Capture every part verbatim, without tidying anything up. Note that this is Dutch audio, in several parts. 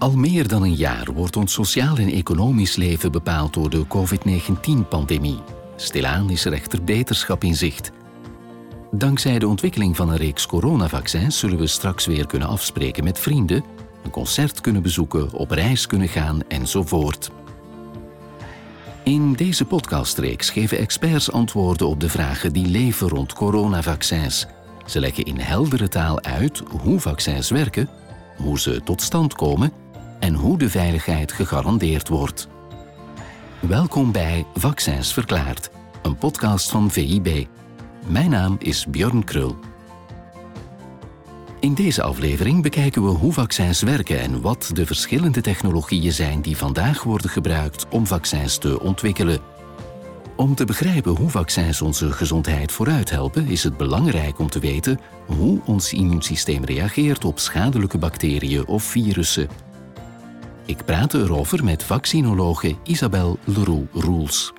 Al meer dan een jaar wordt ons sociaal en economisch leven bepaald door de covid negentien-pandemie. Stilaan is er echter beterschap in zicht. Dankzij de ontwikkeling van een reeks coronavaccins zullen we straks weer kunnen afspreken met vrienden, een concert kunnen bezoeken, op reis kunnen gaan enzovoort. In deze podcastreeks geven experts antwoorden op de vragen die leven rond coronavaccins. Ze leggen in heldere taal uit hoe vaccins werken, hoe ze tot stand komen en hoe de veiligheid gegarandeerd wordt. Welkom bij Vaccins Verklaard, een podcast van V I B. Mijn naam is Björn Krul. In deze aflevering bekijken we hoe vaccins werken en wat de verschillende technologieën zijn die vandaag worden gebruikt om vaccins te ontwikkelen. Om te begrijpen hoe vaccins onze gezondheid vooruit helpen, is het belangrijk om te weten hoe ons immuunsysteem reageert op schadelijke bacteriën of virussen. Ik praat erover met vaccinologe Isabelle Leroux-Roels.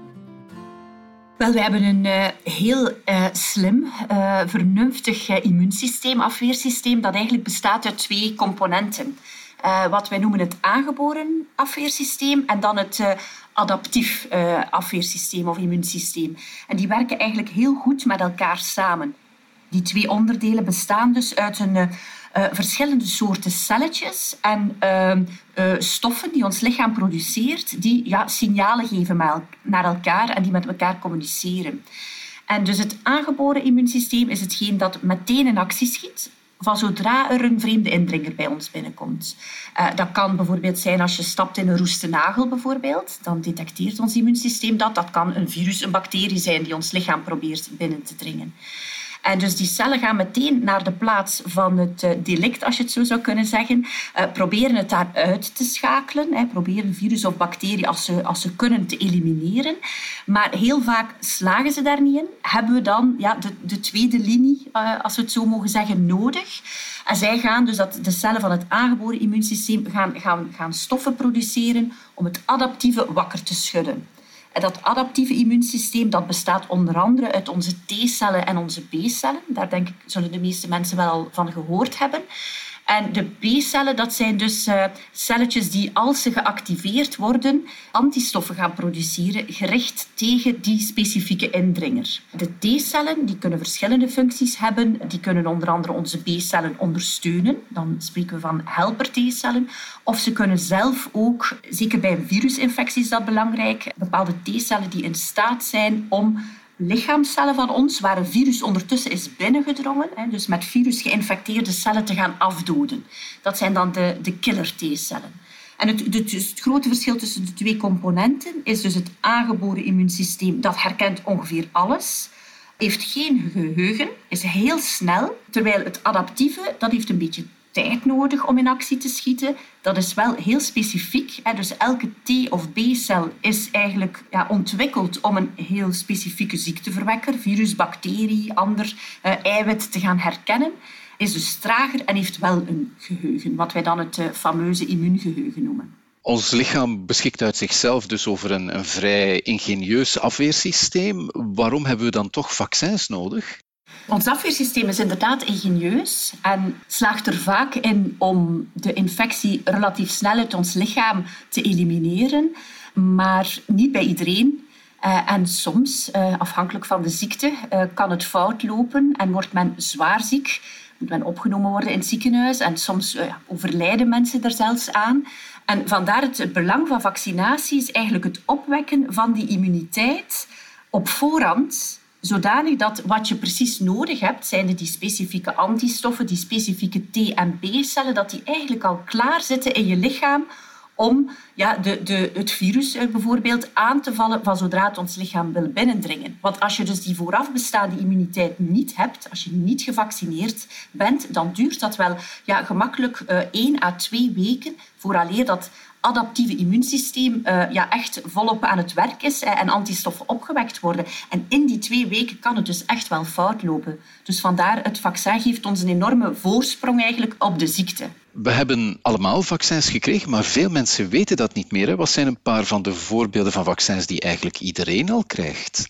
Wel, we hebben een uh, heel uh, slim, uh, vernuftig uh, immuunsysteem, afweersysteem, dat eigenlijk bestaat uit twee componenten. Uh, wat wij noemen het aangeboren afweersysteem en dan het uh, adaptief uh, afweersysteem of immuunsysteem. En die werken eigenlijk heel goed met elkaar samen. Die twee onderdelen bestaan dus uit een... Uh, Uh, verschillende soorten celletjes en uh, uh, stoffen die ons lichaam produceert, die ja, signalen geven naar elkaar en die met elkaar communiceren. En dus het aangeboren immuunsysteem is hetgeen dat meteen in actie schiet van zodra er een vreemde indringer bij ons binnenkomt. Uh, dat kan bijvoorbeeld zijn als je stapt in een roeste nagel, bijvoorbeeld. Dan detecteert ons immuunsysteem dat. Dat kan een virus, een bacterie zijn die ons lichaam probeert binnen te dringen. En dus die cellen gaan meteen naar de plaats van het delict, als je het zo zou kunnen zeggen. Uh, proberen het daaruit te schakelen. Hè. Proberen virus of bacterie als ze, als ze kunnen te elimineren. Maar heel vaak slagen ze daar niet in. Hebben we dan ja, de, de tweede linie, uh, als we het zo mogen zeggen, nodig. En zij gaan dus dat de cellen van het aangeboren immuunsysteem gaan, gaan, gaan stoffen produceren om het adaptieve wakker te schudden. En dat adaptieve immuunsysteem dat bestaat onder andere uit onze T-cellen en onze B-cellen. Daar denk ik, zullen de meeste mensen wel al van gehoord hebben. En de B-cellen, dat zijn dus uh, celletjes die, als ze geactiveerd worden, antistoffen gaan produceren gericht tegen die specifieke indringer. De T-cellen die kunnen verschillende functies hebben. Die kunnen onder andere onze B-cellen ondersteunen. Dan spreken we van helper T-cellen. Of ze kunnen zelf ook, zeker bij een virusinfectie is dat belangrijk, bepaalde T-cellen die in staat zijn om lichaamscellen van ons, waar een virus ondertussen is binnengedrongen, dus met virus geïnfecteerde cellen te gaan afdoden. Dat zijn dan de, de killer T-cellen. En het, het, het grote verschil tussen de twee componenten is dus het aangeboren immuunsysteem. Dat herkent ongeveer alles, heeft geen geheugen, is heel snel, terwijl het adaptieve, dat heeft een beetje tijd nodig om in actie te schieten. Dat is wel heel specifiek. Dus elke T- of B-cel is eigenlijk ja, ontwikkeld om een heel specifieke ziekteverwekker, virus, bacterie, ander uh, eiwit te gaan herkennen. Is dus trager en heeft wel een geheugen, wat wij dan het uh, fameuze immuungeheugen noemen. Ons lichaam beschikt uit zichzelf dus over een, een vrij ingenieus afweersysteem. Waarom hebben we dan toch vaccins nodig? Ons afweersysteem is inderdaad ingenieus en slaagt er vaak in om de infectie relatief snel uit ons lichaam te elimineren, maar niet bij iedereen. Uh, en soms, uh, afhankelijk van de ziekte, uh, kan het fout lopen en wordt men zwaar ziek, moet men opgenomen worden in het ziekenhuis en soms uh, overlijden mensen er zelfs aan. En vandaar het, het belang van vaccinatie is eigenlijk het opwekken van die immuniteit op voorhand, zodanig dat wat je precies nodig hebt, zijn die specifieke antistoffen, die specifieke T- en B-cellen, dat die eigenlijk al klaar zitten in je lichaam om ja, de, de, het virus bijvoorbeeld aan te vallen van zodra het ons lichaam wil binnendringen. Want als je dus die vooraf bestaande immuniteit niet hebt, als je niet gevaccineerd bent, dan duurt dat wel ja, gemakkelijk uh, één à twee weken vooraleer dat adaptieve immuunsysteem uh, ja, echt volop aan het werk is uh, en antistoffen opgewekt worden. En in die twee weken kan het dus echt wel fout lopen. Dus vandaar, het vaccin geeft ons een enorme voorsprong eigenlijk op de ziekte. We hebben allemaal vaccins gekregen, maar veel mensen weten dat niet meer. Hè? Wat zijn een paar van de voorbeelden van vaccins die eigenlijk iedereen al krijgt? We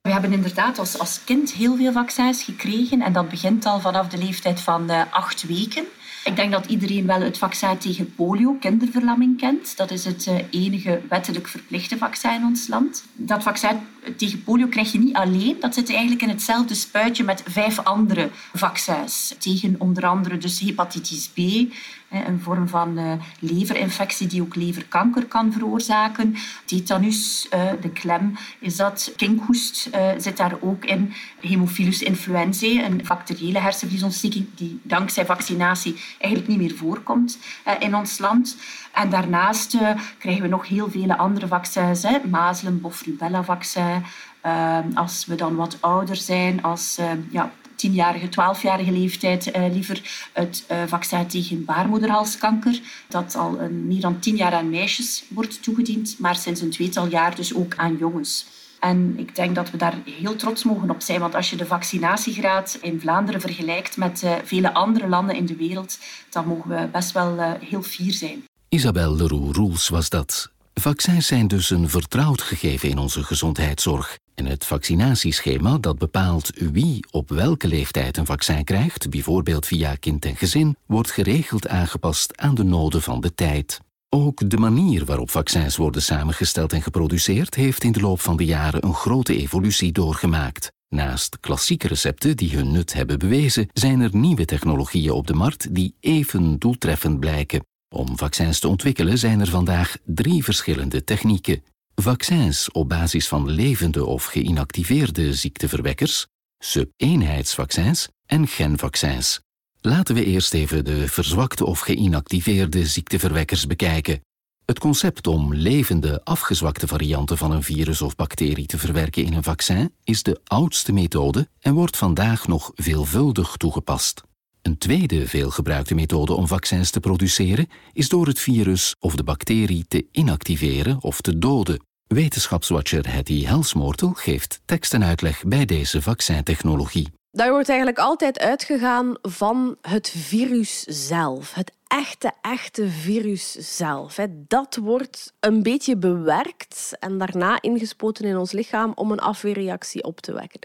We hebben inderdaad als, als kind heel veel vaccins gekregen en dat begint al vanaf de leeftijd van uh, acht weken. Ik denk dat iedereen wel het vaccin tegen polio, kinderverlamming, kent. Dat is het uh, enige wettelijk verplichte vaccin in ons land. Dat vaccin tegen polio krijg je niet alleen. Dat zit eigenlijk in hetzelfde spuitje met vijf andere vaccins. Tegen onder andere dus hepatitis B, een vorm van uh, leverinfectie die ook leverkanker kan veroorzaken. Tetanus, uh, de klem, is dat. Kinkhoest uh, zit daar ook in. Haemophilus influenzae, een bacteriële hersenvliesontsteking die dankzij vaccinatie eigenlijk niet meer voorkomt uh, in ons land. En daarnaast uh, krijgen we nog heel vele andere vaccins. Hè. Mazelen, bofrubella-vaccin. Uh, als we dan wat ouder zijn, als uh, ja, tienjarige, twaalfjarige leeftijd, uh, liever het uh, vaccin tegen baarmoederhalskanker, dat al uh, meer dan tien jaar aan meisjes wordt toegediend, maar sinds een tweetal jaar dus ook aan jongens. En ik denk dat we daar heel trots mogen op zijn, want als je de vaccinatiegraad in Vlaanderen vergelijkt met uh, vele andere landen in de wereld, dan mogen we best wel uh, heel fier zijn. Isabelle Leroux-Roels was dat. Vaccins zijn dus een vertrouwd gegeven in onze gezondheidszorg. En het vaccinatieschema dat bepaalt wie op welke leeftijd een vaccin krijgt, bijvoorbeeld via kind en gezin, wordt geregeld aangepast aan de noden van de tijd. Ook de manier waarop vaccins worden samengesteld en geproduceerd heeft in de loop van de jaren een grote evolutie doorgemaakt. Naast klassieke recepten die hun nut hebben bewezen, zijn er nieuwe technologieën op de markt die even doeltreffend blijken. Om vaccins te ontwikkelen zijn er vandaag drie verschillende technieken. Vaccins op basis van levende of geïnactiveerde ziekteverwekkers, sub-eenheidsvaccins en genvaccins. Laten we eerst even de verzwakte of geïnactiveerde ziekteverwekkers bekijken. Het concept om levende, afgezwakte varianten van een virus of bacterie te verwerken in een vaccin is de oudste methode en wordt vandaag nog veelvuldig toegepast. Een tweede veelgebruikte methode om vaccins te produceren is door het virus of de bacterie te inactiveren of te doden. Wetenschapswatcher Hetty Helsmoortel geeft tekst en uitleg bij deze vaccintechnologie. Daar wordt eigenlijk altijd uitgegaan van het virus zelf. Het echte, echte virus zelf. Dat wordt een beetje bewerkt en daarna ingespoten in ons lichaam om een afweerreactie op te wekken.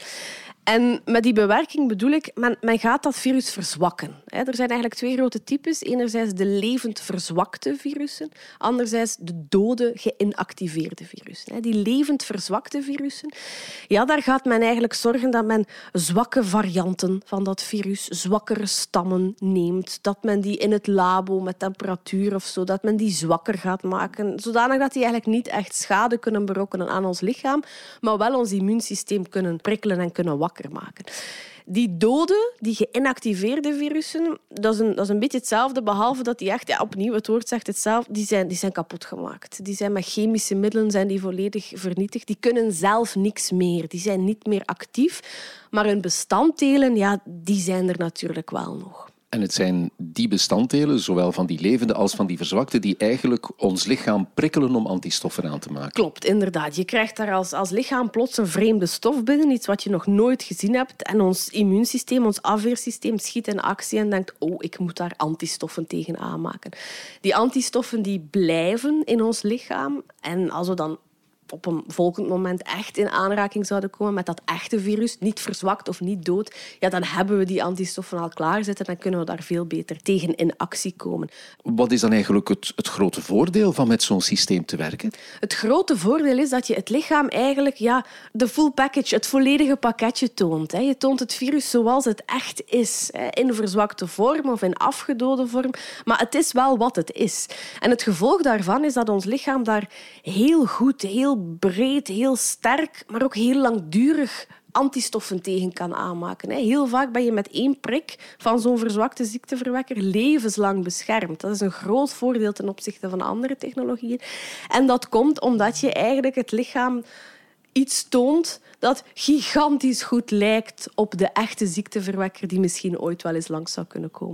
En met die bewerking bedoel ik, men, men gaat dat virus verzwakken. Er zijn eigenlijk twee grote types. Enerzijds de levend verzwakte virussen, anderzijds de dode geïnactiveerde virussen. Die levend verzwakte virussen, ja, daar gaat men eigenlijk zorgen dat men zwakke varianten van dat virus, zwakkere stammen neemt, dat men die in het labo met temperatuur of zo, dat men die zwakker gaat maken, zodanig dat die eigenlijk niet echt schade kunnen berokkenen aan ons lichaam, maar wel ons immuunsysteem kunnen prikkelen en kunnen wakker maken. Die dode, die geïnactiveerde virussen, dat is, een, dat is een beetje hetzelfde, behalve dat die echt, ja, opnieuw, het woord zegt hetzelfde, die zijn, die zijn kapot gemaakt. Die zijn met chemische middelen zijn die volledig vernietigd. Die kunnen zelf niks meer. Die zijn niet meer actief. Maar hun bestanddelen, ja, die zijn er natuurlijk wel nog. En het zijn die bestanddelen, zowel van die levende als van die verzwakte, die eigenlijk ons lichaam prikkelen om antistoffen aan te maken. Klopt, inderdaad. Je krijgt daar als, als lichaam plots een vreemde stof binnen, iets wat je nog nooit gezien hebt. En ons immuunsysteem, ons afweersysteem, schiet in actie en denkt, oh, ik moet daar antistoffen tegen aanmaken. Die antistoffen die blijven in ons lichaam. En als we dan op een volgend moment echt in aanraking zouden komen met dat echte virus, niet verzwakt of niet dood, ja, dan hebben we die antistoffen al klaarzitten en kunnen we daar veel beter tegen in actie komen. Wat is dan eigenlijk het, het grote voordeel van met zo'n systeem te werken? Het grote voordeel is dat je het lichaam eigenlijk ja, de full package, het volledige pakketje toont. Je toont het virus zoals het echt is, in verzwakte vorm of in afgedode vorm, maar het is wel wat het is. En het gevolg daarvan is dat ons lichaam daar heel goed, heel breed, heel sterk, maar ook heel langdurig antistoffen tegen kan aanmaken. Heel vaak ben je met één prik van zo'n verzwakte ziekteverwekker levenslang beschermd. Dat is een groot voordeel ten opzichte van andere technologieën. En dat komt omdat je eigenlijk het lichaam iets toont dat gigantisch goed lijkt op de echte ziekteverwekker die misschien ooit wel eens langs zou kunnen komen.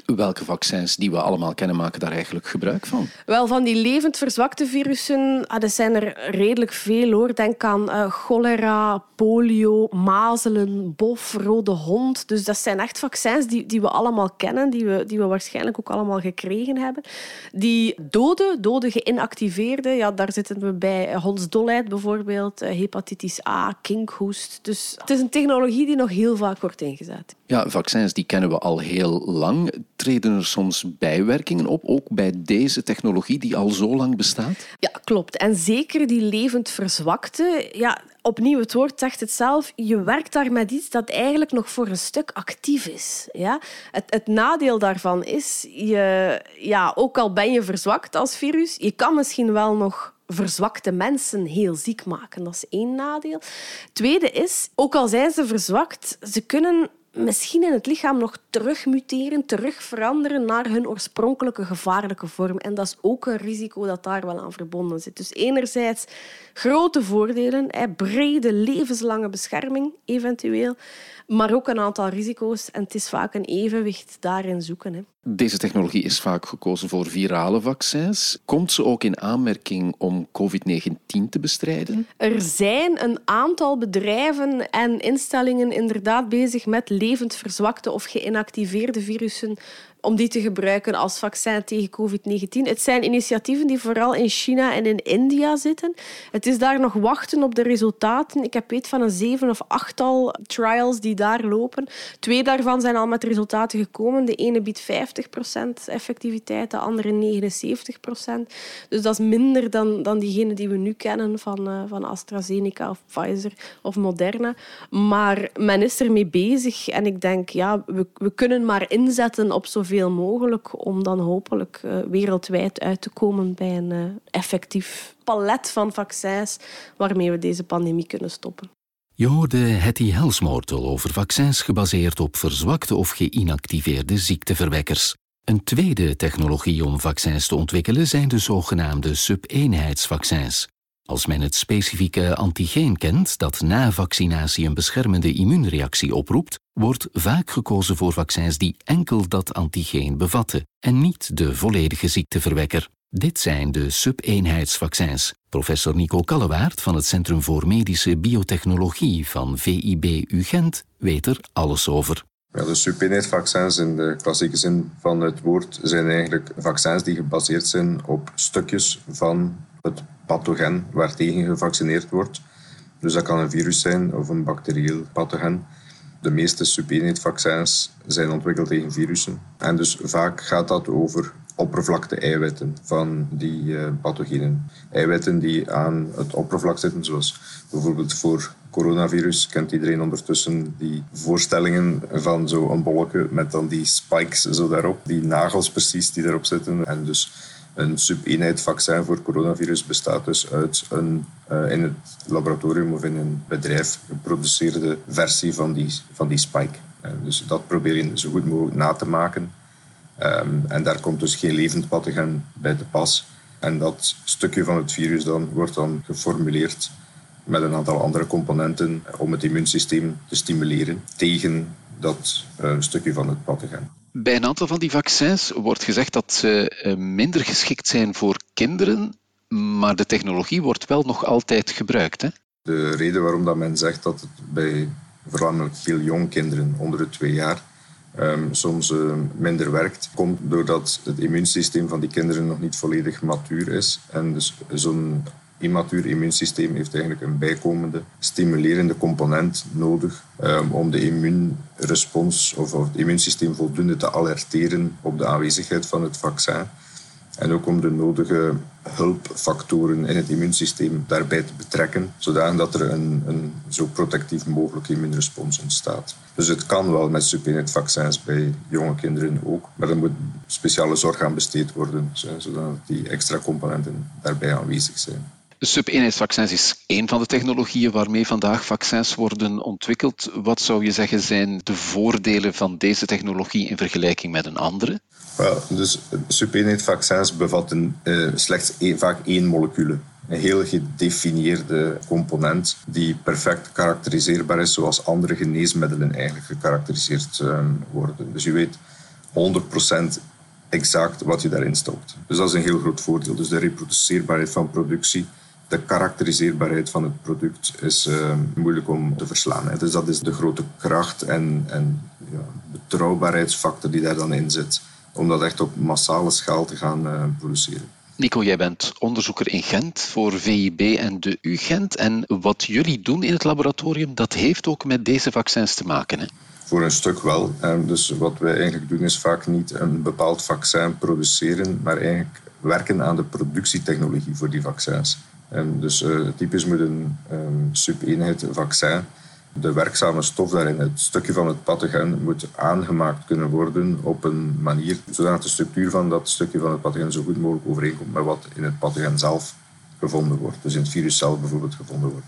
Welke vaccins die we allemaal kennen maken daar eigenlijk gebruik van? Wel, van die levend verzwakte virussen, ah, dat zijn er redelijk veel hoor. Denk aan uh, cholera, polio, mazelen, bof, rode hond. Dus dat zijn echt vaccins die, die we allemaal kennen, die we, die we waarschijnlijk ook allemaal gekregen hebben. Die dode, dode geïnactiveerde, ja, daar zitten we bij hondsdolheid bijvoorbeeld, hepatitis A, kinkhoest. Dus het is een technologie die nog heel vaak wordt ingezet. Ja, vaccins die kennen we al heel lang. Treden er soms bijwerkingen op, ook bij deze technologie die al zo lang bestaat? Ja, klopt. En zeker die levend verzwakte. Ja, opnieuw, het woord zegt het zelf. Je werkt daar met iets dat eigenlijk nog voor een stuk actief is. Ja? Het, het nadeel daarvan is, je, ja, ook al ben je verzwakt als virus, je kan misschien wel nog verzwakte mensen heel ziek maken. Dat is één nadeel. Tweede is, ook al zijn ze verzwakt, ze kunnen misschien in het lichaam nog terugmuteren, terug veranderen naar hun oorspronkelijke gevaarlijke vorm. En dat is ook een risico dat daar wel aan verbonden zit. Dus enerzijds grote voordelen, brede levenslange bescherming eventueel, maar ook een aantal risico's. En het is vaak een evenwicht daarin zoeken. Deze technologie is vaak gekozen voor virale vaccins. Komt ze ook in aanmerking om covid negentien te bestrijden? Er zijn een aantal bedrijven en instellingen inderdaad bezig met levend verzwakte of geïnactiveerde virussen om die te gebruiken als vaccin tegen covid negentien. Het zijn initiatieven die vooral in China en in India zitten. Het is daar nog wachten op de resultaten. Ik heb weet van een zeven of achttal trials die daar lopen. Twee daarvan zijn al met resultaten gekomen. De ene biedt vijftig procent effectiviteit, de andere negenenzeventig procent. Dus dat is minder dan, dan diegene die we nu kennen van, uh, van AstraZeneca of Pfizer of Moderna. Maar men is ermee bezig en ik denk, ja, we, we kunnen maar inzetten op zoveel mogelijk om dan hopelijk uh, wereldwijd uit te komen bij een uh, effectief palet van vaccins waarmee we deze pandemie kunnen stoppen. Je hoorde Hetty Helsmoortel over vaccins gebaseerd op verzwakte of geïnactiveerde ziekteverwekkers. Een tweede technologie om vaccins te ontwikkelen zijn de zogenaamde sub-eenheidsvaccins. Als men het specifieke antigeen kent dat na vaccinatie een beschermende immuunreactie oproept, wordt vaak gekozen voor vaccins die enkel dat antigeen bevatten en niet de volledige ziekteverwekker. Dit zijn de sub-eenheidsvaccins. Professor Nico Kallewaert van het Centrum voor Medische Biotechnologie van V I B U Gent weet er alles over. Ja, de sub-eenheidsvaccins in de klassieke zin van het woord zijn eigenlijk vaccins die gebaseerd zijn op stukjes van het pathogen waartegen gevaccineerd wordt. Dus dat kan een virus zijn of een bacterieel pathogen. De meeste sub-eenheidsvaccins zijn ontwikkeld tegen virussen. En dus vaak gaat dat over oppervlakte-eiwitten van die uh, pathogenen. Eiwitten die aan het oppervlak zitten, zoals bijvoorbeeld voor coronavirus kent iedereen ondertussen die voorstellingen van zo'n bolletje met dan die spikes zo daarop, die nagels precies die daarop zitten. En dus een sub-eenheidsvaccin voor coronavirus bestaat dus uit een uh, in het laboratorium of in een bedrijf geproduceerde versie van die, van die spike. Uh, dus dat probeer je zo goed mogelijk na te maken. Um, en daar komt dus geen levend pathogen bij te pas. En dat stukje van het virus dan wordt dan geformuleerd met een aantal andere componenten om het immuunsysteem te stimuleren tegen dat uh, stukje van het pathogen. Bij een aantal van die vaccins wordt gezegd dat ze minder geschikt zijn voor kinderen, maar de technologie wordt wel nog altijd gebruikt, hè? De reden waarom dat men zegt dat het bij voornamelijk heel jong kinderen onder de twee jaar um, soms uh, minder werkt, komt doordat het immuunsysteem van die kinderen nog niet volledig matuur is. En dus zo'n immatuur immuunsysteem heeft eigenlijk een bijkomende stimulerende component nodig um, om de immuunrespons of, of het immuunsysteem voldoende te alerteren op de aanwezigheid van het vaccin. En ook om de nodige hulpfactoren in het immuunsysteem daarbij te betrekken, zodat er een, een zo protectief mogelijk immuunrespons ontstaat. Dus het kan wel met sub-eenheidsvaccins bij jonge kinderen ook, maar er moet speciale zorg aan besteed worden, zodat die extra componenten daarbij aanwezig zijn. Sub-eenheidsvaccins is één van de technologieën waarmee vandaag vaccins worden ontwikkeld. Wat zou je zeggen zijn de voordelen van deze technologie in vergelijking met een andere? Well, dus sub-eenheidsvaccins bevatten uh, slechts één, vaak één molecule. Een heel gedefinieerde component die perfect karakteriseerbaar is zoals andere geneesmiddelen eigenlijk gekarakteriseerd uh, worden. Dus je weet honderd procent exact wat je daarin stopt. Dus dat is een heel groot voordeel. Dus de reproduceerbaarheid van productie, de karakteriseerbaarheid van het product is uh, moeilijk om te verslaan. Hè. Dus dat is de grote kracht en, en ja, betrouwbaarheidsfactor die daar dan in zit, om dat echt op massale schaal te gaan uh, produceren. Nico, jij bent onderzoeker in Gent voor V I B en de U Gent. En wat jullie doen in het laboratorium, dat heeft ook met deze vaccins te maken, hè? Voor een stuk wel. Dus wat wij eigenlijk doen is vaak niet een bepaald vaccin produceren, maar eigenlijk werken aan de productietechnologie voor die vaccins. Dus uh, typisch moet een um, sub-eenheid vaccin, de werkzame stof daarin, het stukje van het pathogen, moet aangemaakt kunnen worden op een manier zodat de structuur van dat stukje van het pathogen zo goed mogelijk overeenkomt met wat in het pathogen zelf gevonden wordt. Dus in het virus zelf bijvoorbeeld gevonden wordt.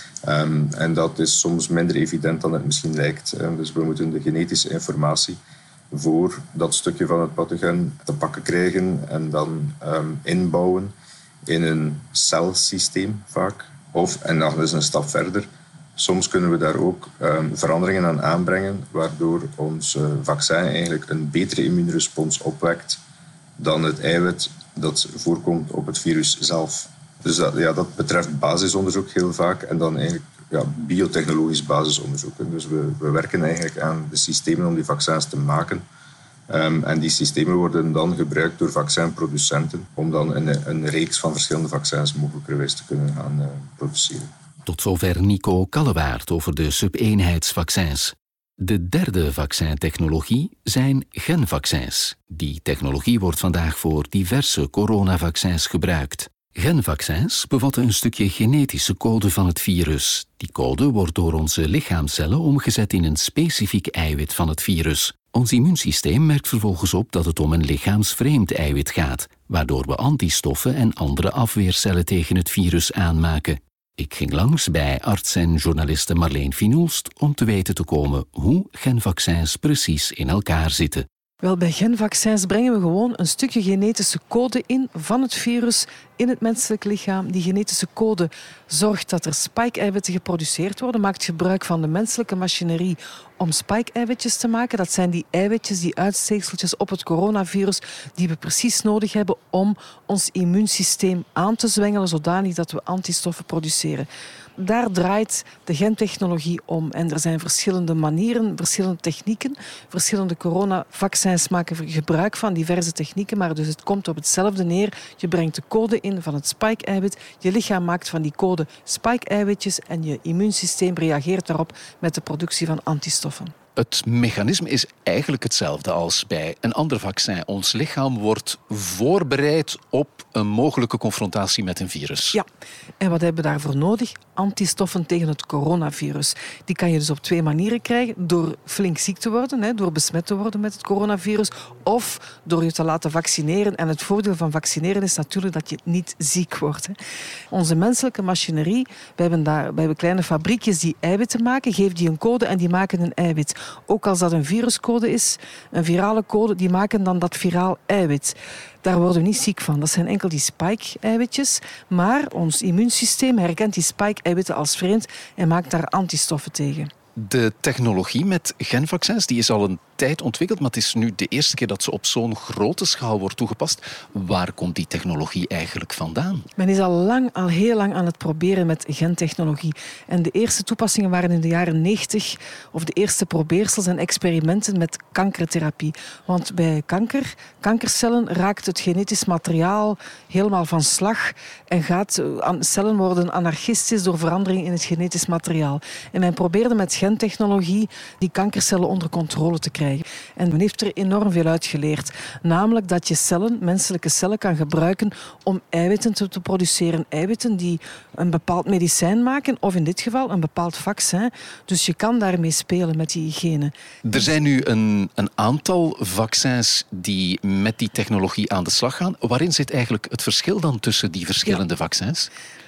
Um, en dat is soms minder evident dan het misschien lijkt. Um, dus we moeten de genetische informatie voor dat stukje van het pathogen te pakken krijgen en dan um, inbouwen in een celsysteem vaak. Of, en dan is een stap verder, soms kunnen we daar ook um, veranderingen aan aanbrengen waardoor ons uh, vaccin eigenlijk een betere immuunrespons opwekt dan het eiwit dat voorkomt op het virus zelf. Dus dat, ja, dat betreft basisonderzoek heel vaak en dan eigenlijk ja, biotechnologisch basisonderzoek. Dus we, we werken eigenlijk aan de systemen om die vaccins te maken. Um, en die systemen worden dan gebruikt door vaccinproducenten om dan een, een reeks van verschillende vaccins mogelijkerwijs te kunnen gaan uh, produceren. Tot zover Nico Kallewaert over de sub-eenheidsvaccins. De derde vaccintechnologie zijn genvaccins. Die technologie wordt vandaag voor diverse coronavaccins gebruikt. Genvaccins bevatten een stukje genetische code van het virus. Die code wordt door onze lichaamcellen omgezet in een specifiek eiwit van het virus. Ons immuunsysteem merkt vervolgens op dat het om een lichaamsvreemd eiwit gaat, waardoor we antistoffen en andere afweercellen tegen het virus aanmaken. Ik ging langs bij arts en journaliste Marleen Finoelst om te weten te komen hoe genvaccins precies in elkaar zitten. Wel, bij genvaccins brengen we gewoon een stukje genetische code in van het virus in het menselijk lichaam. Die genetische code zorgt dat er spike-eiwitten geproduceerd worden, maakt gebruik van de menselijke machinerie om spike-eiwitjes te maken. Dat zijn die eiwitjes, die uitsteekseltjes op het coronavirus die we precies nodig hebben om ons immuunsysteem aan te zwengelen zodanig dat we antistoffen produceren. Daar draait de gentechnologie om. En er zijn verschillende manieren, verschillende technieken. Verschillende coronavaccins maken gebruik van diverse technieken, maar dus het komt op hetzelfde neer. Je brengt de code in van het spike-eiwit. Je lichaam maakt van die code spike-eiwitjes en je immuunsysteem reageert daarop met de productie van antistoffen. Het mechanisme is eigenlijk hetzelfde als bij een ander vaccin. Ons lichaam wordt voorbereid op een mogelijke confrontatie met een virus. Ja, en wat hebben we daarvoor nodig? Antistoffen tegen het coronavirus. Die kan je dus op twee manieren krijgen. Door flink ziek te worden, door besmet te worden met het coronavirus, of door je te laten vaccineren. En het voordeel van vaccineren is natuurlijk dat je niet ziek wordt. Onze menselijke machinerie, we hebben, daar, we hebben kleine fabriekjes die eiwitten maken, geef die een code en die maken een eiwit. Ook als dat een viruscode is, een virale code, die maken dan dat viraal eiwit. Daar worden we niet ziek van. Dat zijn enkel die spike-eiwitjes. Maar ons immuunsysteem herkent die spike-eiwitten als vreemd en maakt daar antistoffen tegen. De technologie met genvaccins die is al een tijd ontwikkeld, maar het is nu de eerste keer dat ze op zo'n grote schaal wordt toegepast. Waar komt die technologie eigenlijk vandaan? Men is al lang, al heel lang aan het proberen met gentechnologie. En de eerste toepassingen waren in de jaren negentig, of de eerste probeersels en experimenten met kankertherapie. Want bij kanker, kankercellen raakt het genetisch materiaal helemaal van slag en gaat, cellen worden anarchistisch door verandering in het genetisch materiaal. En men probeerde met gentechnologie die kankercellen onder controle te krijgen. En men heeft er enorm veel uit geleerd. Namelijk dat je cellen, menselijke cellen, kan gebruiken om eiwitten te, te produceren. Eiwitten die een bepaald medicijn maken, of in dit geval een bepaald vaccin. Dus je kan daarmee spelen met die genen. Er zijn nu een, een aantal vaccins die met die technologie aan de slag gaan. Waarin zit eigenlijk het verschil dan tussen die verschillende ja. vaccins?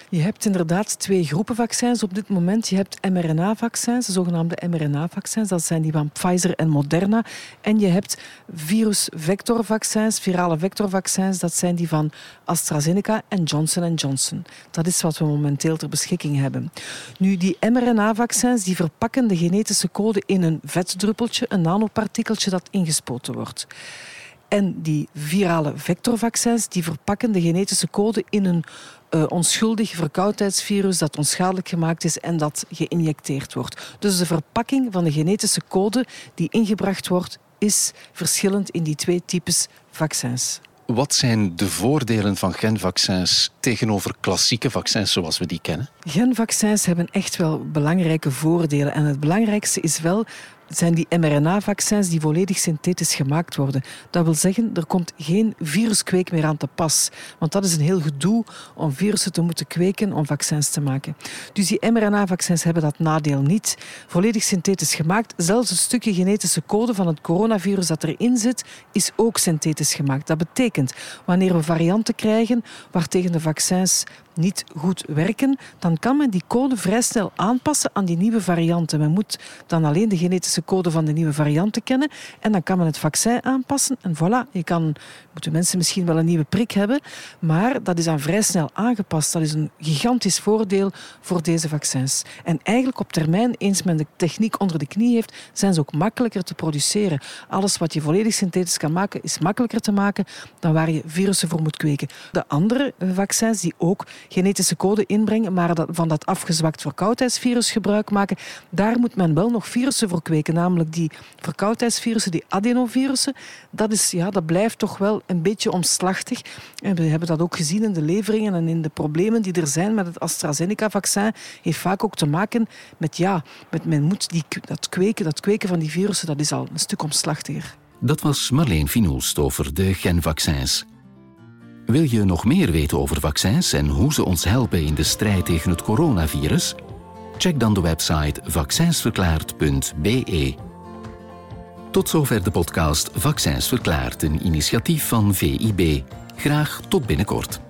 Je hebt inderdaad twee groepen vaccins op dit moment. Je hebt mRNA-vaccins, de zogenaamde mRNA-vaccins. Dat zijn die van Pfizer en Moderna. En je hebt virus-vectorvaccins, virale vectorvaccins. Dat zijn die van AstraZeneca en Johnson en Johnson. Dat is wat we momenteel ter beschikking hebben. Nu, die mRNA-vaccins die verpakken de genetische code in een vetdruppeltje, een nanopartikeltje dat ingespoten wordt. En die virale vectorvaccins die verpakken de genetische code in een uh, onschuldig verkoudheidsvirus dat onschadelijk gemaakt is en dat geïnjecteerd wordt. Dus de verpakking van de genetische code die ingebracht wordt, is verschillend in die twee types vaccins. Wat zijn de voordelen van genvaccins tegenover klassieke vaccins zoals we die kennen? Genvaccins hebben echt wel belangrijke voordelen. En het belangrijkste is wel, zijn die mRNA-vaccins die volledig synthetisch gemaakt worden. Dat wil zeggen, er komt geen viruskweek meer aan te pas. Want dat is een heel gedoe om virussen te moeten kweken om vaccins te maken. Dus die mRNA-vaccins hebben dat nadeel niet. Volledig synthetisch gemaakt. Zelfs een stukje genetische code van het coronavirus dat erin zit, is ook synthetisch gemaakt. Dat betekent, wanneer we varianten krijgen waartegen de vaccins niet goed werken, dan kan men die code vrij snel aanpassen aan die nieuwe varianten. Men moet dan alleen de genetische code van de nieuwe varianten kennen en dan kan men het vaccin aanpassen en voilà, je kan, moeten mensen misschien wel een nieuwe prik hebben, maar dat is dan vrij snel aangepast. Dat is een gigantisch voordeel voor deze vaccins. En eigenlijk op termijn, eens men de techniek onder de knie heeft, zijn ze ook makkelijker te produceren. Alles wat je volledig synthetisch kan maken, is makkelijker te maken dan waar je virussen voor moet kweken. De andere vaccins die ook genetische code inbrengen, maar dat, van dat afgezwakt verkoudheidsvirus gebruik maken, daar moet men wel nog virussen voor kweken, namelijk die verkoudheidsvirussen, die adenovirussen. Dat, is, ja, dat blijft toch wel een beetje omslachtig. En we hebben dat ook gezien in de leveringen en in de problemen die er zijn met het AstraZeneca-vaccin. Heeft vaak ook te maken met, ja, met men moet die, dat, kweken, dat kweken van die virussen, dat is al een stuk omslachtiger. Dat was Marleen Finoelst over de genvaccins. Wil je nog meer weten over vaccins en hoe ze ons helpen in de strijd tegen het coronavirus? Check dan de website vaccinsverklaard punt b e. Tot zover de podcast Vaccins Verklaard, een initiatief van V I B. Graag tot binnenkort.